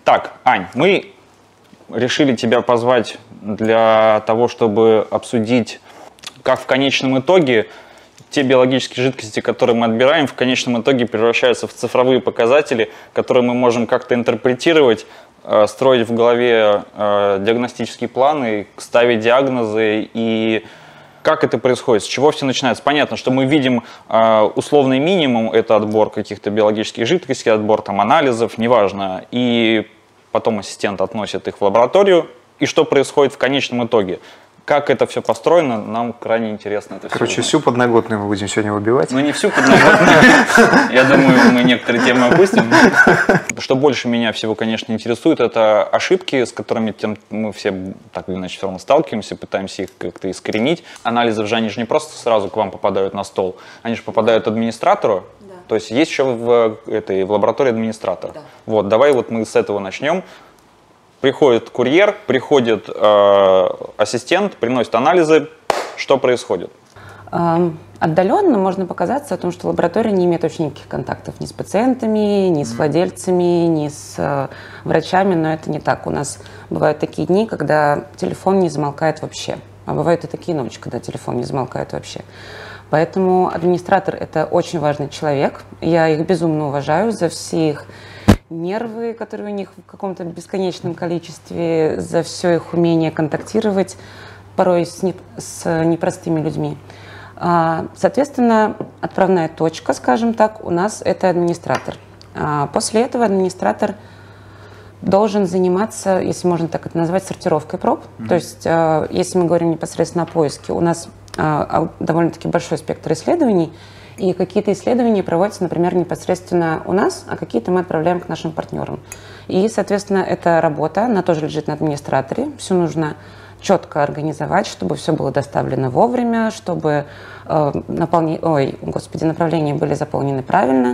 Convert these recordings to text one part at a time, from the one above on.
Так, Ань, мы решили тебя позвать для того, чтобы обсудить, как в конечном итоге те биологические жидкости, которые мы отбираем, в конечном итоге превращаются в цифровые показатели, которые мы можем как-то интерпретировать, строить в голове диагностические планы, ставить диагнозы. И как это происходит, с чего все начинается? Понятно, что мы видим условный минимум, это отбор каких-то биологических жидкостей, отбор там анализов, неважно, и потом ассистент относит их в лабораторию. И что происходит в конечном итоге? Как это все построено, нам крайне интересно. Это Короче, всю подноготную мы будем сегодня выбивать. Ну, не всю подноготную. Я думаю, мы некоторые темы опустим. Что больше меня всего, конечно, интересует, это ошибки, с которыми мы все так или иначе все равно сталкиваемся, пытаемся их как-то искоренить. Анализы же, они же не просто сразу к вам попадают на стол, они же попадают администратору. Да. То есть есть еще в лаборатории администратор. Да. Вот, давай вот мы с этого начнем. Приходит курьер, приходит ассистент, приносит анализы. Что происходит? Отдаленно можно показаться о том, что лаборатория не имеет очень никаких контактов ни с пациентами, ни с владельцами, ни с врачами, но это не так. У нас бывают такие дни, когда телефон не замолкает вообще, а бывают и такие ночи, когда телефон не замолкает вообще. Поэтому администратор – это очень важный человек. Я их безумно уважаю за все их нервы, которые у них в каком-то бесконечном количестве, за все их умение контактировать, порой с непростыми людьми. Соответственно, отправная точка, скажем так, у нас это администратор. После этого администратор должен заниматься, если можно так это назвать, сортировкой проб. То есть, если мы говорим непосредственно о поиске, у нас довольно-таки большой спектр исследований, и какие-то исследования проводятся, например, непосредственно у нас, а какие-то мы отправляем к нашим партнерам. И, соответственно, эта работа, она тоже лежит на администраторе. Все нужно четко организовать, чтобы все было доставлено вовремя, чтобы направления были заполнены правильно,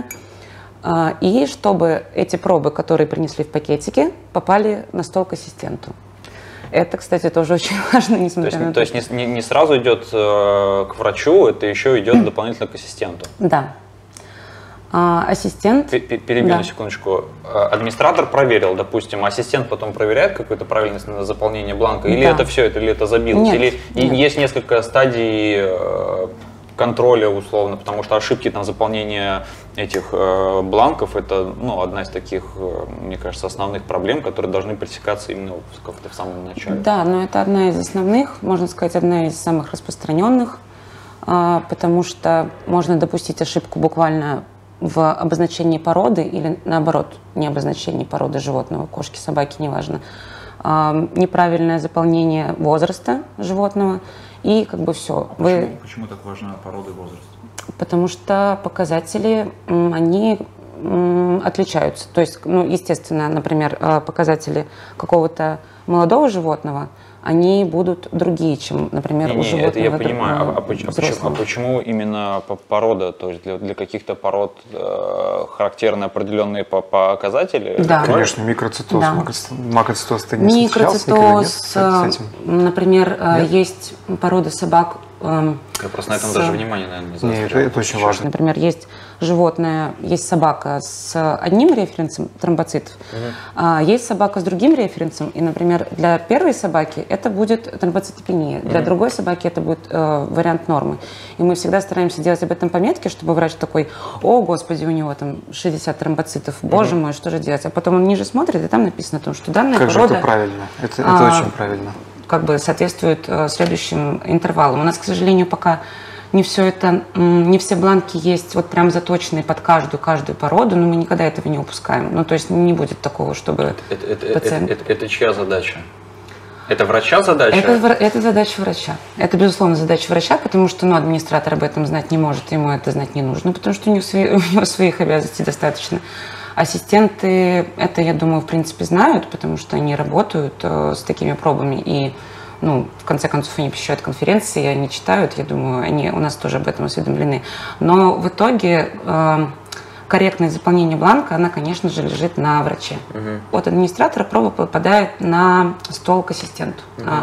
и чтобы эти пробы, которые принесли в пакетике, попали на стол к ассистенту. Это, кстати, тоже очень важно, несмотря на то. То есть не сразу идет к врачу, это еще идет дополнительно к ассистенту. Да. Ассистент... Перебью на секундочку. Администратор проверил, допустим, ассистент потом проверяет какую-то правильность на заполнение бланка, или это все, или это забилось, или есть несколько стадий контроля условно, потому что ошибки на заполнение этих бланков это одна из таких, мне кажется, основных проблем, которые должны пресекаться именно как-то в самом начале. Да, но это одна из основных, можно сказать, одна из самых распространенных, потому что можно допустить ошибку буквально в обозначении породы или наоборот, не обозначении породы животного, кошки, собаки, неважно, неправильное заполнение возраста животного. И как бы все. Почему так важна порода и возраст? Потому что показатели, они отличаются. То есть, естественно, например, показатели какого-то молодого животного, они будут другие, чем, например, у животного. Это я понимаю. А почему именно порода? То есть для каких-то пород характерны определенные показатели? Да. Конечно, микроцитоз, макроцитоз ты не встречался с этим? Например, есть порода собак. Я просто на этом даже внимания, наверное, не заострял. Нет, это очень важно. Например, есть собака с одним референсом тромбоцитов, есть собака с другим референсом, и, например, для первой собаки это будет тромбоцитопения, для другой собаки это будет вариант нормы. И мы всегда стараемся делать об этом пометки, чтобы врач такой: о, господи, у него там 60 тромбоцитов, боже мой, что же делать? А потом он ниже смотрит, и там написано о том, что данная порода... Как же это правильно, это очень правильно. Как бы соответствует следующим интервалам. У нас, к сожалению, пока не все бланки есть вот прям заточенные под каждую породу, но мы никогда этого не упускаем. То есть не будет такого, чтобы пациент... Это чья задача? Это врача задача? Это задача врача. Это, безусловно, задача врача, потому что администратор об этом знать не может, ему это знать не нужно, потому что у него своих обязанностей достаточно. Ассистенты это, я думаю, в принципе знают, потому что они работают с такими пробами и, в конце концов, они посещают конференции, они читают, я думаю, они у нас тоже об этом осведомлены. Но в итоге корректное заполнение бланка, она, конечно же, лежит на враче. От администратора проба попадает на стол к ассистенту.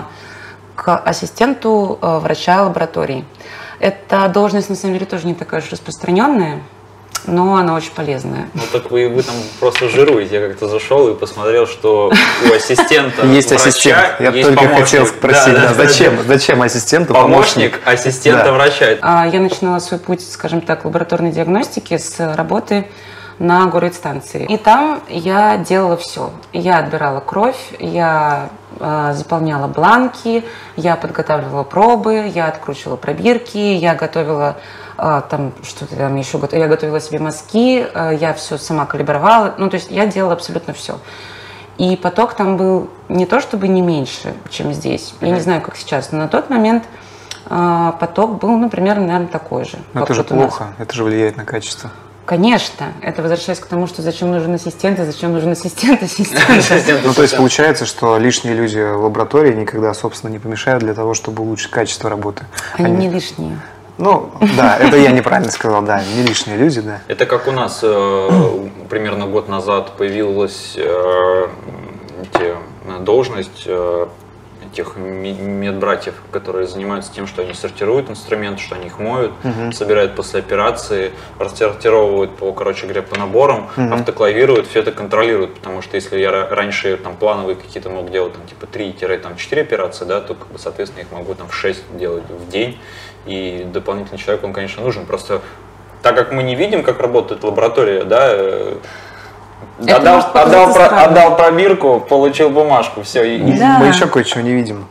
К ассистенту врача лаборатории. Эта должность, на самом деле, тоже не такая уж распространенная. но она очень полезная. Ну так вы там просто жируете. Я как-то зашел и посмотрел, что у ассистента есть ассистент. Я только хотел спросить, зачем ассистенту помощник ассистента врача? Я начинала свой путь, скажем так, лабораторной диагностики с работы на городстанции. И там я делала все. Я отбирала кровь, я заполняла бланки, я подготавливала пробы, я откручивала пробирки, я готовила там что-то там еще, я готовила себе мазки, я все сама калибровала. Ну, то есть я делала абсолютно все. И поток там был не то чтобы не меньше, чем здесь. Я не знаю, как сейчас, но на тот момент поток был, ну, примерно, наверное, такой же. Но это же плохо, это же влияет на качество. Конечно, это возвращаясь к тому, что зачем нужен ассистент, и зачем нужен ассистент. Ну, то есть получается, что лишние люди в лаборатории никогда, собственно, не помешают для того, чтобы улучшить качество работы. Они не лишние. Ну, да, это я неправильно сказал, да, не лишние люди, да. Это как у нас примерно год назад появилась должность тех медбратьев, которые занимаются тем, что они сортируют инструменты, что они их моют, собирают после операции, рассортировывают по, короче говоря, по наборам, автоклавируют, все это контролируют, потому что если я раньше там плановые какие-то мог делать там типа 3-4 операции, да, то, соответственно, их могу там в 6 делать в день, и дополнительный человек, он, конечно, нужен, просто так как мы не видим, как работает лаборатория, да, отдал пробирку, получил бумажку, все. Да. Мы еще кое-чего не видим.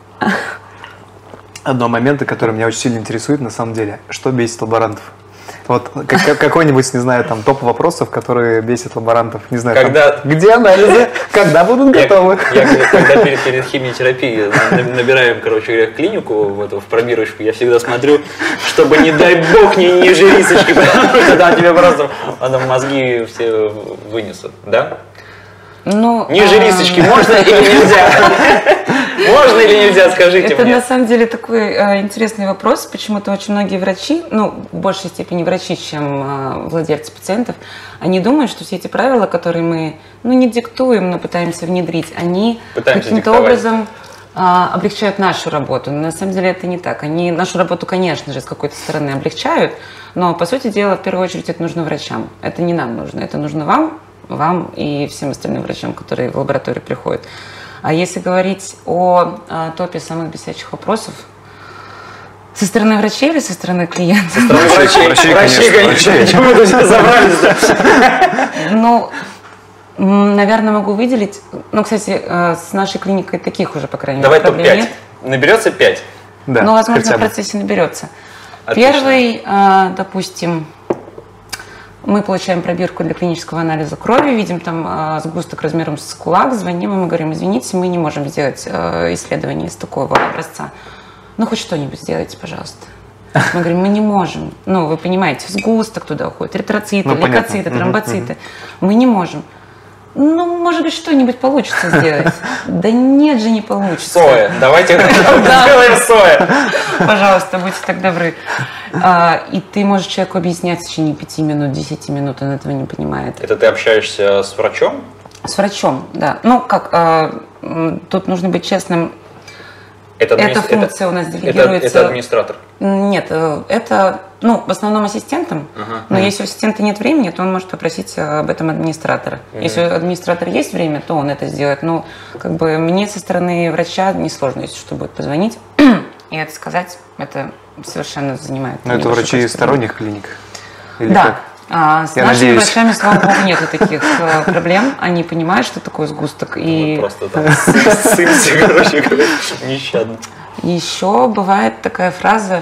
Одного момента, который меня очень сильно интересует, на самом деле, что бесит лаборантов. Вот какой-нибудь, не знаю, там топ вопросов, которые бесят лаборантов. Не знаю, когда... где анализы, когда будут готовы. Когда перед химиотерапией набираем, короче говоря, клинику в пробирочку, я всегда смотрю, чтобы, не дай бог, не жирисочки, потому что там тебе просто мозги все вынесут, да? Ну, не жирисочки, можно или нельзя? Можно или нельзя, скажите мне. Это на самом деле такой интересный вопрос. Почему-то очень многие врачи, ну, в большей степени врачи, чем владельцы пациентов, они думают, что все эти правила, которые мы, ну, не диктуем, но пытаемся внедрить, они каким-то образом облегчают нашу работу. Но на самом деле это не так. Они нашу работу, конечно же, с какой-то стороны облегчают, но, по сути дела, в первую очередь это нужно врачам. Это не нам нужно. Это нужно вам и всем остальным врачам, которые в лабораторию приходят. А если говорить о топе самых бесячих вопросов, со стороны врачей или со стороны клиентов? Со стороны врачей, конечно. Почему мы тут собрались? Ну, наверное, могу выделить. Ну, кстати, с нашей клиникой таких уже, по крайней мере, проблем нет. Давай топ-5. Наберется 5? Да, ну, возможно, в процессе наберется. Отлично. Первый, допустим, мы получаем пробирку для клинического анализа крови, видим там сгусток размером с кулак, звоним, и мы говорим: извините, мы не можем сделать исследование из такого образца. Ну, хоть что-нибудь сделайте, пожалуйста. Мы говорим: мы не можем. Ну, вы понимаете, сгусток туда уходит, эритроциты, лейкоциты, тромбоциты. Мы не можем. Ну, может быть, что-нибудь получится сделать. Да нет же, не получится. Соя. Давайте сделаем соя. Пожалуйста, будьте так добры. И ты можешь человеку объяснять в течение 5 минут, 10 минут, он этого не понимает. Это ты общаешься с врачом? С врачом, да. Ну, как, тут нужно быть честным. Эта функция у нас делегируется... Это администратор? Нет, это, ну, в основном ассистентом. Но если у ассистента нет времени, то он может попросить об этом администратора. Если у администратора есть время, то он это сделает. Но как бы мне со стороны врача несложно, если что, будет позвонить и это сказать. Это совершенно занимает. Но это врачи из сторонних клиник? Или да. Как? С нашими врачами, слава богу, нету таких проблем. Они понимают, что такое сгусток. И... Просто там сымся, короче говоря, нещадно. Еще бывает такая фраза: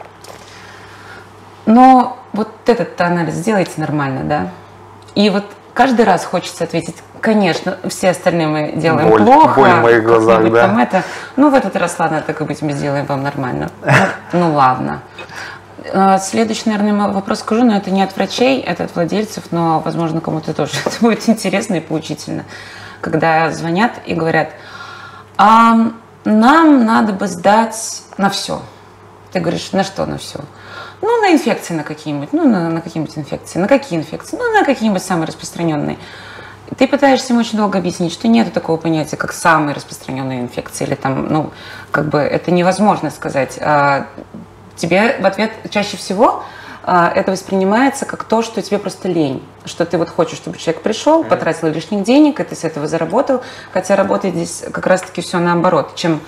но вот этот анализ сделайте нормально, да? И вот каждый раз хочется ответить: конечно, все остальные мы делаем плохо. Боль в моих глазах, да. Там это, ну, в этот раз, ладно, так и быть, мы сделаем вам нормально. Ну, ладно. Следующий, наверное, вопрос скажу, но это не от врачей, это от владельцев, но, возможно, кому-то тоже это будет интересно и поучительно. Когда звонят и говорят: нам надо бы сдать на все. Ты говоришь: на что на все? Ну, на инфекции на какие-нибудь, ну, на какие-нибудь инфекции. На какие инфекции? Ну, на какие-нибудь самые распространенные. Ты пытаешься им очень долго объяснить, что нет такого понятия, как самые распространенные инфекции, или там, ну, как бы это невозможно сказать. Тебе в ответ чаще всего это воспринимается как то, что тебе просто лень, что ты вот хочешь, чтобы человек пришел, потратил лишних денег, и ты с этого заработал, хотя работает здесь как раз-таки все наоборот. Чем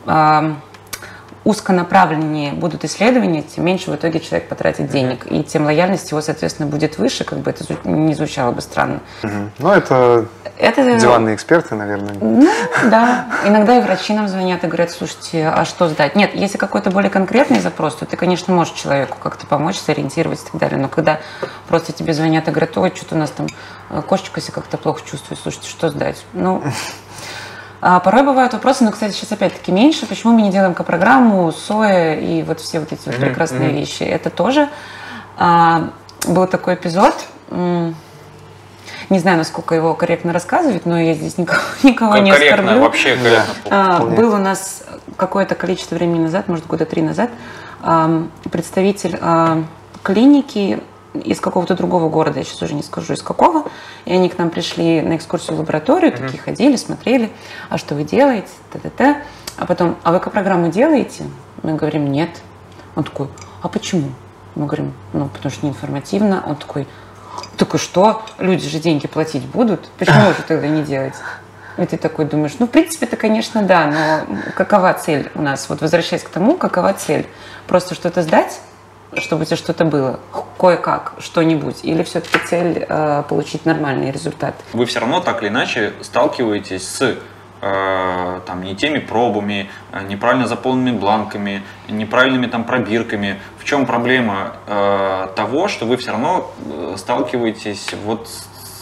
узконаправленнее будут исследования, тем меньше в итоге человек потратит денег, и тем лояльность его, соответственно, будет выше, как бы это не звучало бы странно. Ну, это диванные эксперты, наверное. Ну, да. Иногда и врачи нам звонят и говорят, слушайте, а что сдать? Нет, если какой-то более конкретный запрос, то ты, конечно, можешь человеку как-то помочь, сориентировать и так далее. Но когда просто тебе звонят и говорят, ой, что-то у нас там кошечка себя как-то плохо чувствует, слушайте, что сдать? Ну, порой бывают вопросы, но, кстати, сейчас опять-таки меньше. Почему мы не делаем программу, СОЭ и вот все вот эти вот прекрасные вещи? Это тоже был такой эпизод. Не знаю, насколько его корректно рассказывать, но я здесь никого не оскорблю. Вообще корректно. Был у нас какое-то количество времени назад, может, года 3 назад, представитель клиники из какого-то другого города, я сейчас уже не скажу из какого, и они к нам пришли на экскурсию в лабораторию, такие ходили, смотрели, а что вы делаете, т-т-т. А потом, а вы программу делаете? Мы говорим, нет. Он такой, а почему? Мы говорим, ну, потому что неинформативно. Он такой, так и что? Люди же деньги платить будут. Почему же тогда не делать? И ты такой думаешь, ну, в принципе-то, конечно, да, но какова цель у нас? Вот возвращаясь к тому, какова цель? Просто что-то сдать, чтобы у тебя что-то было, кое-как, что-нибудь? Или все-таки цель получить нормальный результат? Вы все равно так или иначе сталкиваетесь с там, не теми пробами, неправильно заполненными бланками, неправильными там пробирками. В чем проблема того, что вы все равно сталкиваетесь вот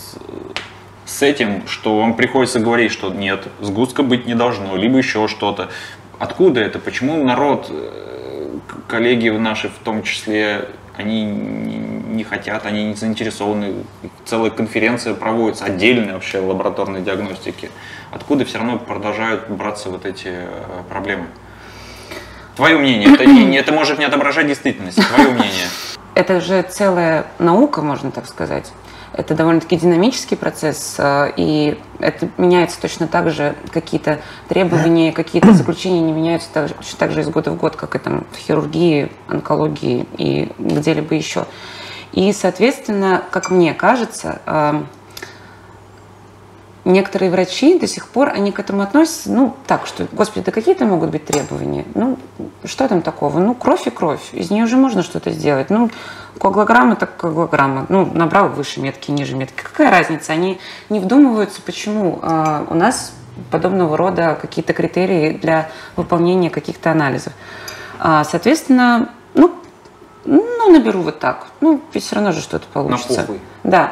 с этим, что вам приходится говорить, что нет, сгустка быть не должно, либо еще что-то. Откуда это? Почему народ, коллеги наши в том числе, они не хотят, они не заинтересованы. Целая конференция проводится, отдельная вообще лабораторной диагностики. Откуда все равно продолжают браться вот эти проблемы? Твое мнение, это может не отображать действительность, твое мнение. Это же целая наука, можно так сказать. Это довольно-таки динамический процесс, и это меняется точно так же, какие-то требования, какие-то заключения не меняются точно так же из года в год, как и там в хирургии, онкологии и где-либо еще. И, соответственно, как мне кажется, некоторые врачи до сих пор, они к этому относятся, ну, так, что, господи, да какие-то могут быть требования? Ну, что там такого? Ну, кровь и кровь, из нее уже можно что-то сделать. Ну, коагулограмма так коагулограмма. Ну, набрал выше метки, ниже метки. Какая разница? Они не вдумываются, почему у нас подобного рода какие-то критерии для выполнения каких-то анализов. Соответственно, ну, наберу вот так. Ну, ведь все равно же что-то получится. Да,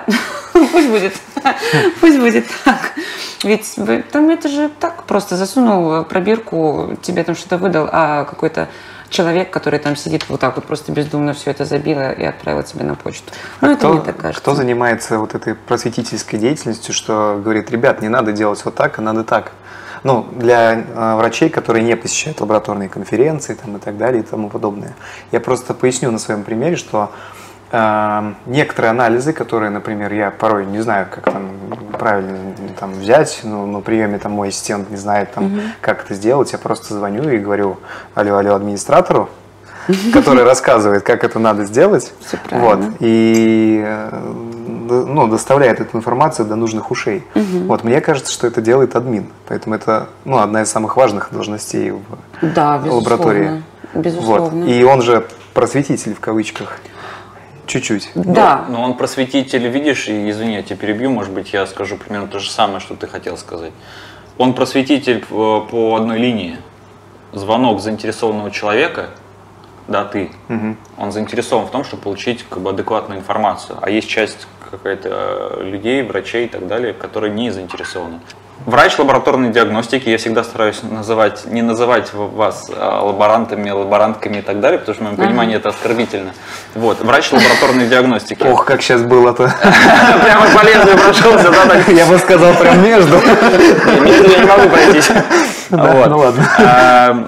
пусть будет так. Ведь там это же так просто засунул пробирку, тебе там что-то выдал, а какой-то человек, который там сидит вот так вот просто бездумно все это забило и отправил тебе на почту. Ну, это мне так кажется. Кто занимается вот этой просветительской деятельностью, что говорит, ребят, не надо делать вот так, а надо так. Ну, для врачей, которые не посещают лабораторные конференции там, и так далее и тому подобное. Я просто поясню на своем примере, что некоторые анализы, которые, например, я порой не знаю, как там правильно там, взять, но на приеме там мой ассистент не знает, там, как это сделать, я просто звоню и говорю алло, администратору, который рассказывает, как это надо сделать, вот, и доставляет эту информацию до нужных ушей. Вот, мне кажется, что это делает админ, поэтому это одна из самых важных должностей в лаборатории. Безусловно. Вот. И он же просветитель в кавычках. Чуть-чуть. Да. Но он просветитель, видишь, и извини, я тебя перебью, может быть, я скажу примерно то же самое, что ты хотел сказать. Он просветитель по одной линии. Звонок заинтересованного человека, да, ты, он заинтересован в том, чтобы получить как бы адекватную информацию. А есть часть какая-то людей, врачей и так далее, которые не заинтересованы. Врач лабораторной диагностики, я всегда стараюсь не называть вас лаборантами, лаборантками и так далее, потому что, в моем понимании, это оскорбительно. Вот, врач лабораторной диагностики. Ох, как сейчас было-то. Прямо по лезвию прошелся, да? Я бы сказал, прям между. Между я не могу пройтись. Ну ладно.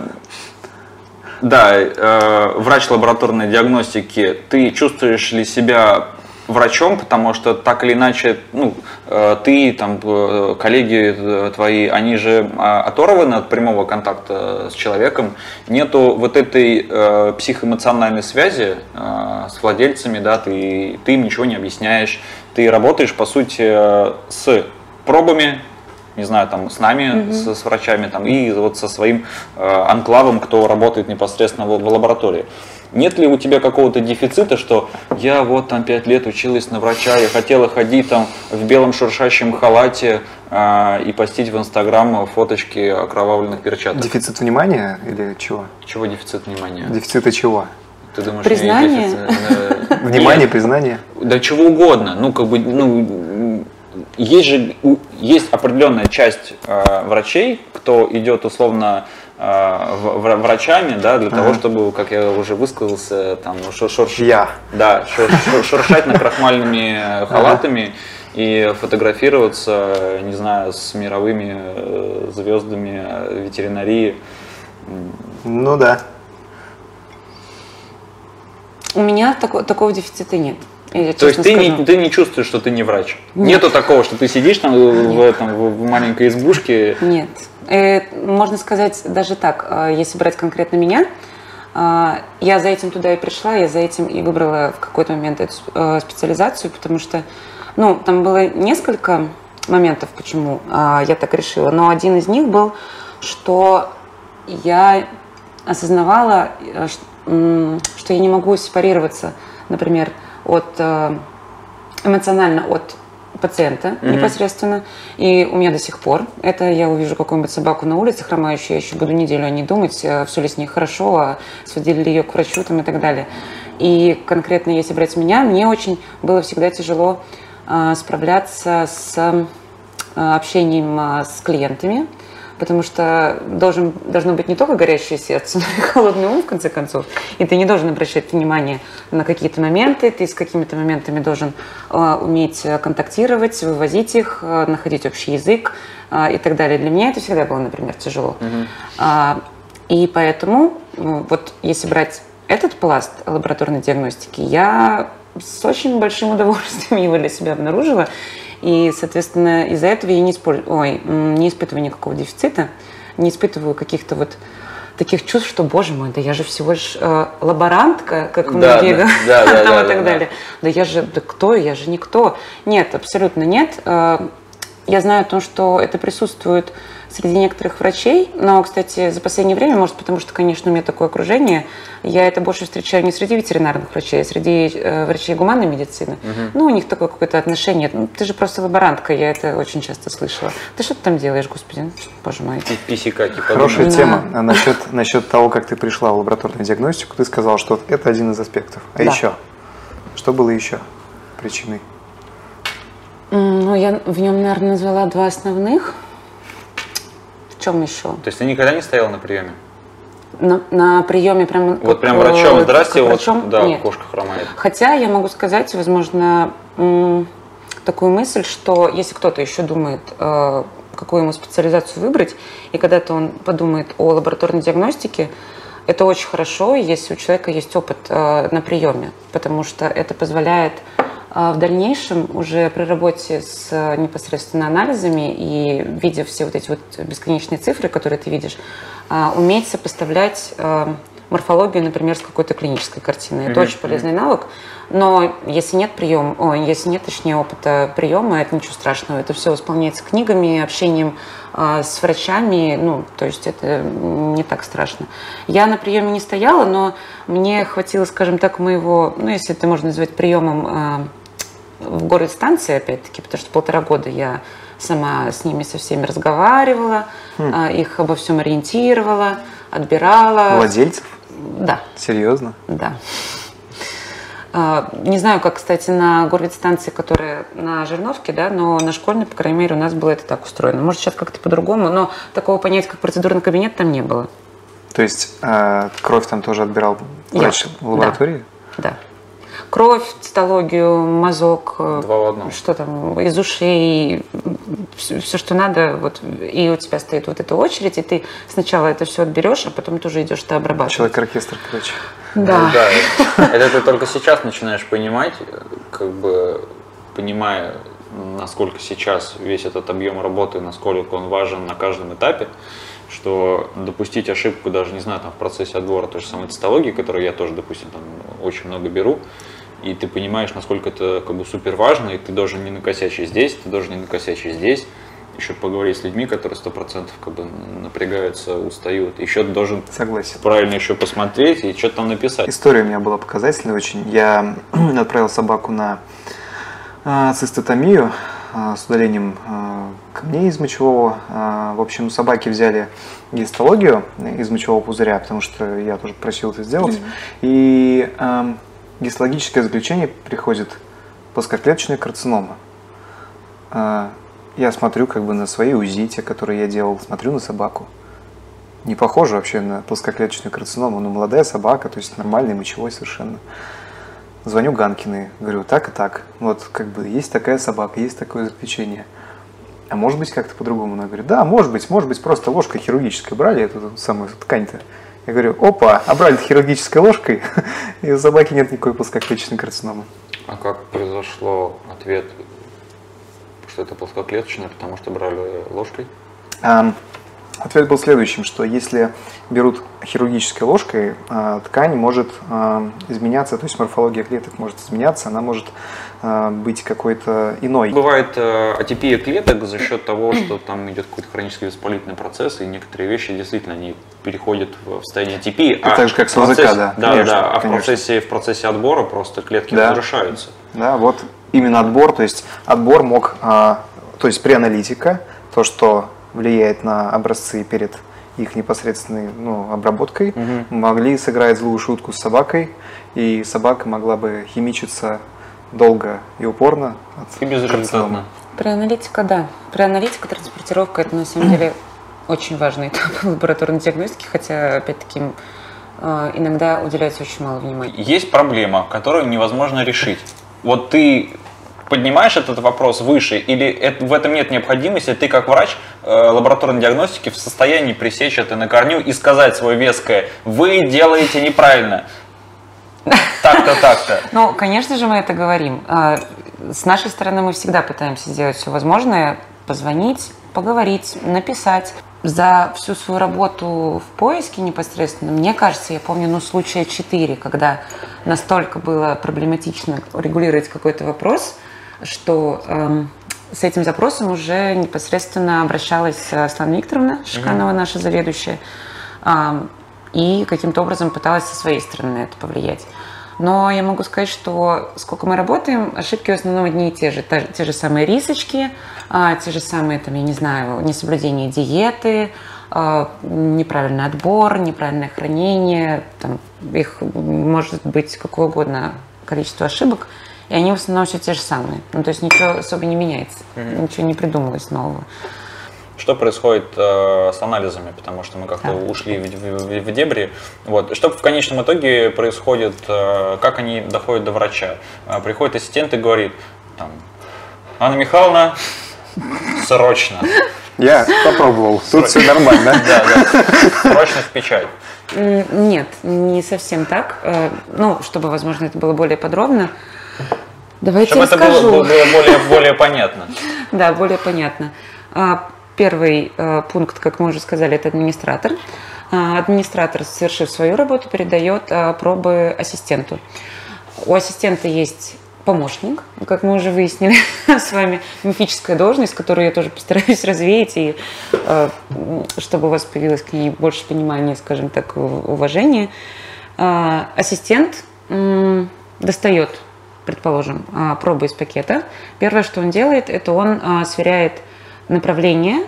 Да, врач лабораторной диагностики, ты чувствуешь ли себя врачом, потому что так или иначе, ну, ты, там, коллеги твои, они же оторваны от прямого контакта с человеком, нету вот этой психоэмоциональной связи с владельцами, да, ты им ничего не объясняешь, ты работаешь, по сути, с пробами, не знаю, там, с нами, с врачами, там, и вот со своим анклавом, кто работает непосредственно в лаборатории. Нет ли у тебя какого-то дефицита, что я вот там 5 лет училась на врача, я хотела ходить там в белом шуршащем халате и постить в Инстаграм фоточки окровавленных перчаток? Дефицит внимания или чего? Чего дефицит внимания? Дефицита чего? Ты думаешь, признание? Внимание, признание? Да чего угодно. Ну, как бы, ну, есть определенная часть врачей, кто идет условно врачами, да, для того, чтобы, как я уже высказался, там, шуршать накрахмальными халатами и фотографироваться, не знаю, с мировыми звездами ветеринарии. Ну да. У меня такого дефицита нет. То есть ты не чувствуешь, что ты не врач? Нет. Нету такого, что ты сидишь там в маленькой избушке? Нет. Можно сказать даже так, если брать конкретно меня, я за этим туда и пришла, я за этим и выбрала в какой-то момент эту специализацию, потому что, ну, там было несколько моментов, почему я так решила, но один из них был, что я осознавала, что я не могу сепарироваться, например, эмоционально от пациента непосредственно. И у меня до сих пор это я увижу какую-нибудь собаку на улице хромающую, я еще буду неделю о ней думать, все ли с ней хорошо, а сводили ли ее к врачу там, и так далее. И конкретно, если брать меня, мне очень было всегда тяжело справляться с общением с клиентами, потому что должно быть не только горящее сердце, но и холодный ум, в конце концов. И ты не должен обращать внимание на какие-то моменты, ты с какими-то моментами должен уметь контактировать, вывозить их, находить общий язык и так далее. Для меня это всегда было, например, тяжело. И поэтому, вот если брать этот пласт лабораторной диагностики, я с очень большим удовольствием его для себя обнаружила. И, соответственно, из-за этого я не испытываю никакого дефицита, не испытываю каких-то вот таких чувств, что, боже мой, да я же всего лишь лаборантка, как многие говорят, и так далее. Да я же, да кто, я же никто. Нет, абсолютно нет. Я знаю о том, что это присутствует среди некоторых врачей, но, кстати, за последнее время, может, потому что, конечно, у меня такое окружение, я это больше встречаю не среди ветеринарных врачей, а среди врачей гуманной медицины. Ну, у них такое какое-то отношение. Ты же просто лаборантка, я это очень часто слышала. Ты что ты там делаешь, господи, боже мой. Писикаки. Хорошая тема. А насчет того, как ты пришла в лабораторную диагностику, ты сказала, что это один из аспектов. А еще? Что было еще причиной? Ну, я в нем, наверное, назвала два основных. В чем еще? То есть ты никогда не стояла на приеме? На приеме прям... Вот прям врачом, здрасте, вот, врачом? да, Нет. кошка хромает. Хотя я могу сказать, возможно, такую мысль, что если кто-то еще думает, какую ему специализацию выбрать, и когда-то он подумает о лабораторной диагностике, это очень хорошо, если у человека есть опыт на приеме, потому что это позволяет в дальнейшем уже при работе с непосредственно анализами и видя все вот эти вот бесконечные цифры, которые ты видишь, уметь сопоставлять морфологию, например, с какой-то клинической картиной. Это очень полезный навык, но если нет точнее, опыта приема, это ничего страшного. Это все восполняется книгами, общением с врачами, ну, то есть это не так страшно. Я на приеме не стояла, но мне хватило, скажем так, моего, ну, если это можно назвать приемом в город-станции, опять-таки, потому что 1,5 года я сама с ними со всеми разговаривала, их обо всем ориентировала, отбирала. Владельцев? Да. Серьезно? Да. Не знаю, как, кстати, на город-станции, которая на Жирновке, да, но на Школьной, по крайней мере, у нас было это так устроено. Может, сейчас как-то по-другому, но такого понятия, как процедурный кабинет, там не было. То есть кровь там тоже отбирал врач в лаборатории? Да. Кровь, цитологию, мазок, 2 в 1. что там, из ушей, все, что надо, вот, и у тебя стоит вот эта очередь, и ты сначала это все отберешь, а потом ты уже идешь это обрабатывать. Человек-оркестр, короче. Да. Это ты только сейчас начинаешь понимать, как бы понимая, насколько сейчас весь этот объем работы, насколько он важен на каждом этапе, что допустить ошибку даже, не знаю, там, в процессе отбора той же самой цитологии, которую я тоже, допустим, там, очень много беру, и ты понимаешь, насколько это как бы супер важно, и ты должен не накосячить здесь, ты должен не накосячить здесь, еще поговорить с людьми, которые 100% как бы напрягаются, устают, еще ты должен правильно еще посмотреть и что-то там написать. История у меня была показательная очень. Я отправил собаку на цистотомию с удалением камней из мочевого. В общем, собаки взяли гистологию из мочевого пузыря, потому что я тоже просил это сделать. И гистологическое заключение приходит плоскоклеточная карцинома. Я смотрю как бы на свои УЗИ, те, которые я делал, смотрю на собаку. Не похоже вообще на плоскоклеточную карциному, но молодая собака, то есть нормальный мочевой совершенно. Звоню Ганкиной, говорю, так и так, вот как бы есть такая собака, есть такое заключение. А может быть как-то по-другому? Она говорит, да, может быть, просто ложкой хирургической брали эту самую ткань-то. Я говорю, опа, а брали хирургической ложкой, и у собаки нет никакой плоскоклеточной карциномы. А как произошло ответ, что это плоскоклеточное, потому что брали ложкой? Ответ был следующим, что если берут хирургической ложкой, ткань может изменяться, то есть морфология клеток может изменяться, она может быть какой-то иной. Бывает атипия клеток за счет того, что там идет какой-то хронический воспалительный процесс, и некоторые вещи действительно они переходят в состояние атипии. Так же, как с ОЗК, да. Да, а в процессе отбора просто клетки разрушаются. Да, вот именно отбор, то есть отбор мог, то есть преаналитика, то, что влияет на образцы перед их непосредственной обработкой, могли сыграть злую шутку с собакой, и собака могла бы химичиться долго и упорно. И безрезультатно. Преаналитика, да. Преаналитика, транспортировка – это на самом деле очень важный этап лабораторной диагностики, хотя, опять-таки, иногда уделяется очень мало внимания. Есть проблема, которую невозможно решить. Вот ты поднимаешь этот вопрос выше, или в этом нет необходимости, ты как врач лабораторной диагностики в состоянии пресечь это на корню и сказать свое веское, вы делаете неправильно. Так-то, так-то. Ну, конечно же, мы это говорим. С нашей стороны мы всегда пытаемся сделать все возможное, позвонить, поговорить, написать. За всю свою работу в поиске непосредственно, мне кажется, я помню, случая 4, когда настолько было проблематично регулировать какой-то вопрос, что с этим запросом уже непосредственно обращалась Светлана Викторовна Шиканова, наша заведующая, и каким-то образом пыталась со своей стороны на это повлиять. Но я могу сказать, что сколько мы работаем, ошибки в основном одни и те же. Те же самые рисочки, те же самые, там, я не знаю, несоблюдение диеты, неправильный отбор, неправильное хранение. Там, их может быть какое угодно количество ошибок. И они в основном все те же самые. Ну, то есть ничего особо не меняется, ничего не придумалось нового. Что происходит с анализами, потому что мы как-то ушли в дебри. Вот. Что в конечном итоге происходит, как они доходят до врача? Приходит ассистент и говорит, там, Анна Михайловна, срочно. Я попробовал, тут все нормально. Да, срочно в печать. Нет, не совсем так. Ну, чтобы, возможно, это было более подробно. Давайте чтобы расскажу. Это было более понятно. Да, более понятно. Первый пункт, как мы уже сказали, это администратор. Администратор, совершив свою работу, передает пробы ассистенту. У ассистента есть помощник, как мы уже выяснили с вами, мифическая должность, которую я тоже постараюсь развеять, и чтобы у вас появилось к ней больше понимания, скажем так, уважения. Ассистент достает, предположим, пробы из пакета. Первое, что он делает, это он сверяет направление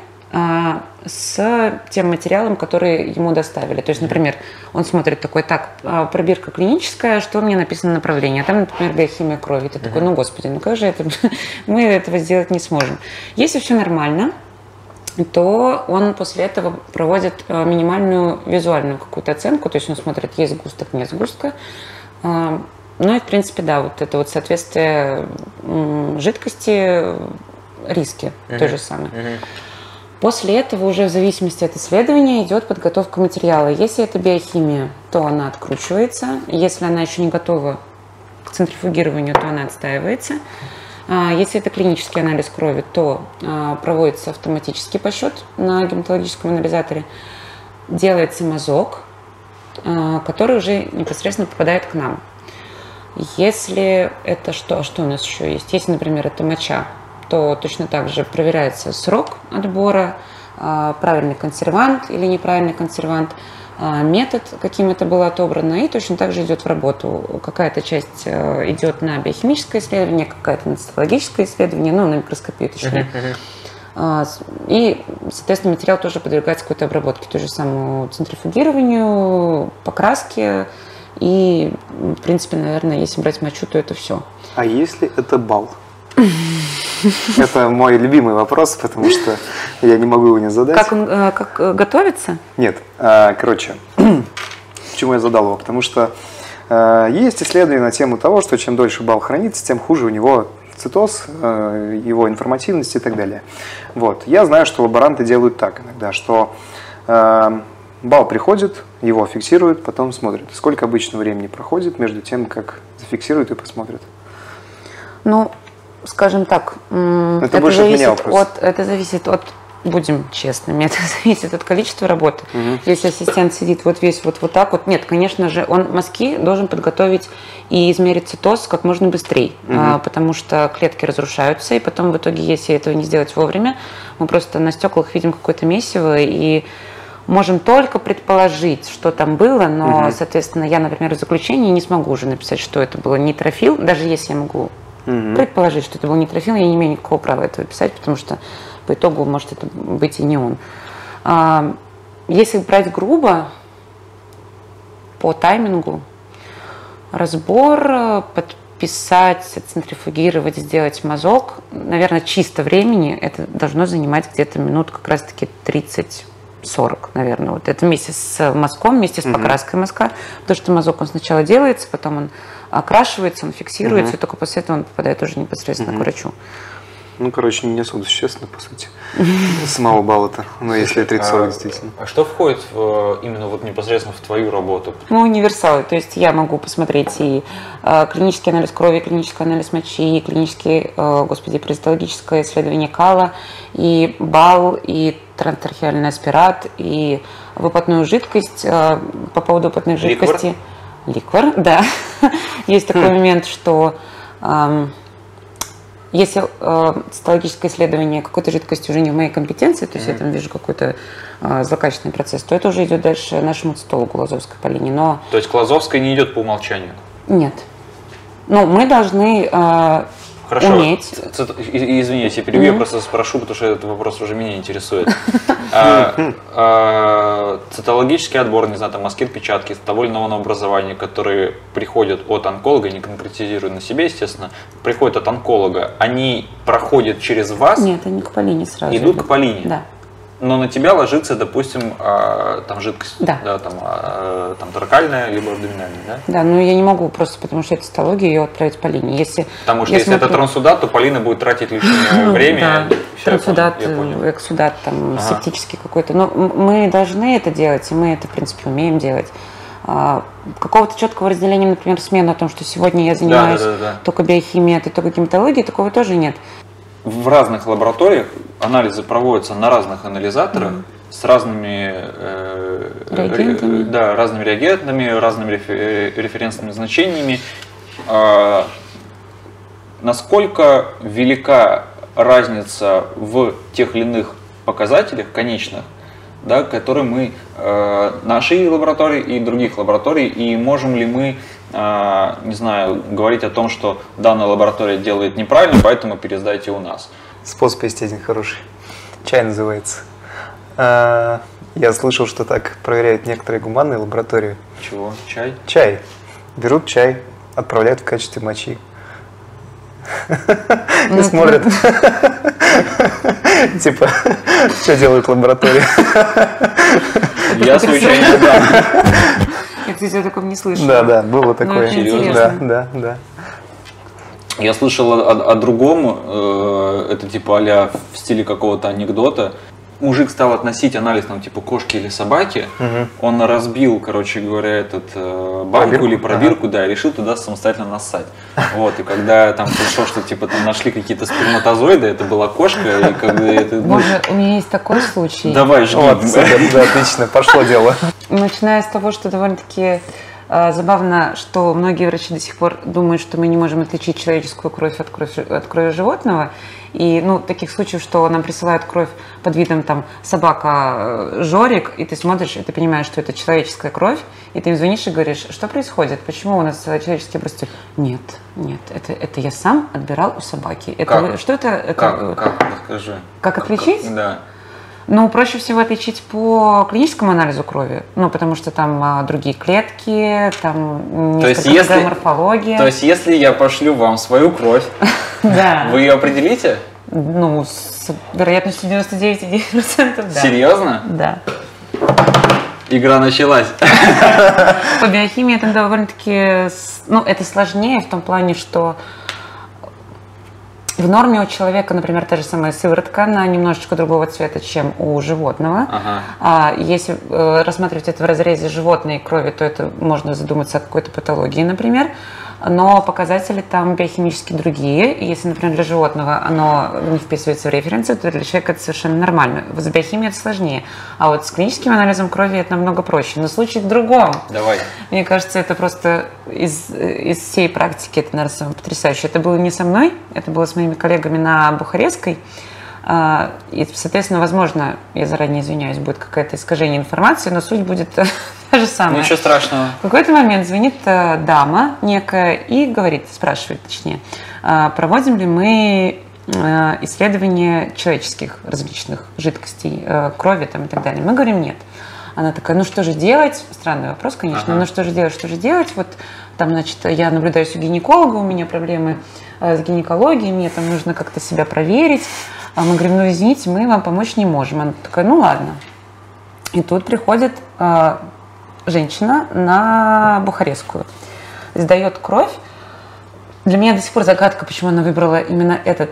с тем материалом, который ему доставили. То есть, например, он смотрит такой, так, пробирка клиническая, что мне написано направление, а там, например, биохимия крови. Ты такой, ну, господи, ну как же это, мы этого сделать не сможем. Если все нормально, то он после этого проводит минимальную визуальную какую-то оценку, то есть он смотрит, есть сгусток, нет сгустка. Ну и, в принципе, да, вот это вот соответствие жидкости, риски, то же самое. После этого уже в зависимости от исследования идет подготовка материала. Если это биохимия, то она откручивается. Если она еще не готова к центрифугированию, то она отстаивается. Если это клинический анализ крови, то проводится автоматический подсчет на гематологическом анализаторе. Делается мазок, который уже непосредственно попадает к нам. Если это что у нас еще есть? Если, например, это моча, то точно так же проверяется срок отбора, правильный консервант или неправильный консервант, метод, каким это было отобрано, и точно так же идет в работу. Какая-то часть идет на биохимическое исследование, какая-то на цитологическое исследование, на микроскопию точнее. И, соответственно, материал тоже подвергается какой-то обработке, то же самому центрифугированию, покраске. И, в принципе, наверное, если брать мочу, то это все. А если это бал? Это мой любимый вопрос, потому что я не могу его не задать. Как готовится? Нет, короче, почему я задал его? Потому что есть исследования на тему того, что чем дольше бал хранится, тем хуже у него цитоз, его информативность и так далее. Вот. Я знаю, что лаборанты делают так иногда, что бал приходит, его фиксируют, потом смотрят. Сколько обычно времени проходит между тем, как зафиксируют и посмотрят? Ну, скажем так, это больше от меня вопрос. Это зависит от, будем честными, это зависит от количества работы. Если ассистент сидит вот весь вот так вот, нет, конечно же, он мазки должен подготовить и измерить цитоз как можно быстрее, потому что клетки разрушаются, и потом в итоге, если этого не сделать вовремя, мы просто на стеклах видим какое-то месиво, и можем только предположить, что там было, но, соответственно, я, например, в заключении не смогу уже написать, что это было нейтрофил, даже если я могу предположить, что это был нейтрофил, я не имею никакого права этого писать, потому что по итогу может это быть и не он. Если брать грубо, по таймингу, разбор, подписать, центрифугировать, сделать мазок, наверное, чисто времени это должно занимать где-то минут как раз-таки 30-40, наверное. Вот это вместе с мазком, вместе с покраской мазка, потому что мазок он сначала делается, потом он окрашивается, он фиксируется, и только после этого он попадает уже непосредственно к врачу. Ну, короче, не особо существенно, по сути, самого балла-то, но если 30-40 действительно. А что входит именно вот непосредственно в твою работу? Мы универсалы, то есть я могу посмотреть и клинический анализ крови, клинический анализ мочи, и клинический, паразитологическое исследование кала, и бал, и транстрахеальный аспират, и выпотную жидкость. По поводу выпотной жидкости... Ликвор, да. Есть такой момент, что если цитологическое исследование какой-то жидкости уже не в моей компетенции, то есть я там вижу какой-то злокачественный процесс, то это уже идет дальше нашему цитологу Лазовской Полине. Но... То есть к Лазовской не идет по умолчанию? Нет. Ну, мы должны уметь... Извините, перебью, я просто спрошу, потому что этот вопрос уже меня интересует. Цитологический отбор, не знаю, там мазки, отпечатки того или иного образования, которые приходят от онколога, не конкретизируя на себе, естественно, приходят от онколога, они проходят через вас? Нет, они к Полине сразу идут к Полине? Да. Но на тебя ложится, допустим, там жидкость, да, там торакальная, либо абдоминальная, да? Да, но я не могу просто, потому что это цитология, ее отправить Полине. Потому что если это трансудат, то Полина будет тратить лишнее время. Да, трансудат, эксудат, там, септический какой-то. Но мы должны это делать, и мы это, в принципе, умеем делать. Какого-то четкого разделения, например, смены о том, что сегодня я занимаюсь только биохимией, а ты только гематологией, такого тоже нет. В разных лабораториях анализы проводятся на разных анализаторах с разными разными реагентами, разными референсными значениями. Насколько велика разница в тех или иных показателях конечных, да, которые мы, нашей лаборатории и других лабораторий, и можем ли мы, не знаю, говорить о том, что данная лаборатория делает неправильно, поэтому пересдайте у нас. Способ есть один хороший. Чай называется. Я слышал, что так проверяют некоторые гуманные лаборатории. Чего? Чай? Чай. Берут чай, отправляют в качестве мочи. И смотрят. Типа, что делают лаборатории. Я свой чай не дам. Я, кстати, о таком не слышала. Да, было такое. Серьезно? Да. Я слышал о другом, это типа а-ля в стиле какого-то анекдота. мужик стал относить анализ, там, типа, кошки или собаки, он разбил, короче говоря, банку или пробирку, да, и решил туда самостоятельно нассать. Вот, и когда там пришло, что, типа, там нашли какие-то сперматозоиды, это была кошка, и когда это... Боже, у меня есть такой случай. Давай, жги. Вот, да, отлично, пошло дело. Начиная с того, что довольно-таки забавно, что многие врачи до сих пор думают, что мы не можем отличить человеческую кровь от крови животного. И, ну, таких случаев, что нам присылают кровь под видом там собака Жорик, и ты смотришь, и ты понимаешь, что это человеческая кровь, и ты им звонишь и говоришь, что происходит, почему у нас человеческие образцы? Нет, это я сам отбирал у собаки. Как? Что это? Как? Расскажи. Как отличить? Да. Ну, проще всего отличить по клиническому анализу крови, ну, потому что там другие клетки, там несколько другая морфология. То есть, если я пошлю вам свою кровь, вы ее определите? Ну, с вероятностью 99,9%, да. Серьезно? Да. Игра началась. По биохимии это довольно-таки, ну, это сложнее в том плане, что в норме у человека, например, та же самая сыворотка, она немножечко другого цвета, чем у животного. Если рассматривать это в разрезе животной крови, то это можно задуматься о какой-то патологии, например. Но показатели там биохимически другие. И если, например, для животного оно не вписывается в референсы, то для человека это совершенно нормально. С биохимией это сложнее. А вот с клиническим анализом крови это намного проще. Но случай в другом. Давай. Мне кажется, это просто из всей практики, это, наверное, самое потрясающее. Это было не со мной, это было с моими коллегами на Бухарестской. И, соответственно, возможно, я заранее извиняюсь, будет какое-то искажение информации, но суть будет та же самая. Ничего страшного. В какой-то момент звонит дама некая и говорит, спрашивает точнее, проводим ли мы исследования человеческих различных жидкостей, крови там, и так далее. Мы говорим нет. Она такая, ну что же делать? Странный вопрос, конечно, но что же делать? Вот там, значит, я наблюдаюсь у гинеколога, у меня проблемы с гинекологией, мне там нужно как-то себя проверить. А мы говорим, ну извините, мы вам помочь не можем. Она такая, ну ладно. И тут приходит женщина на Бухарестскую, сдает кровь. Для меня до сих пор загадка, почему она выбрала именно этот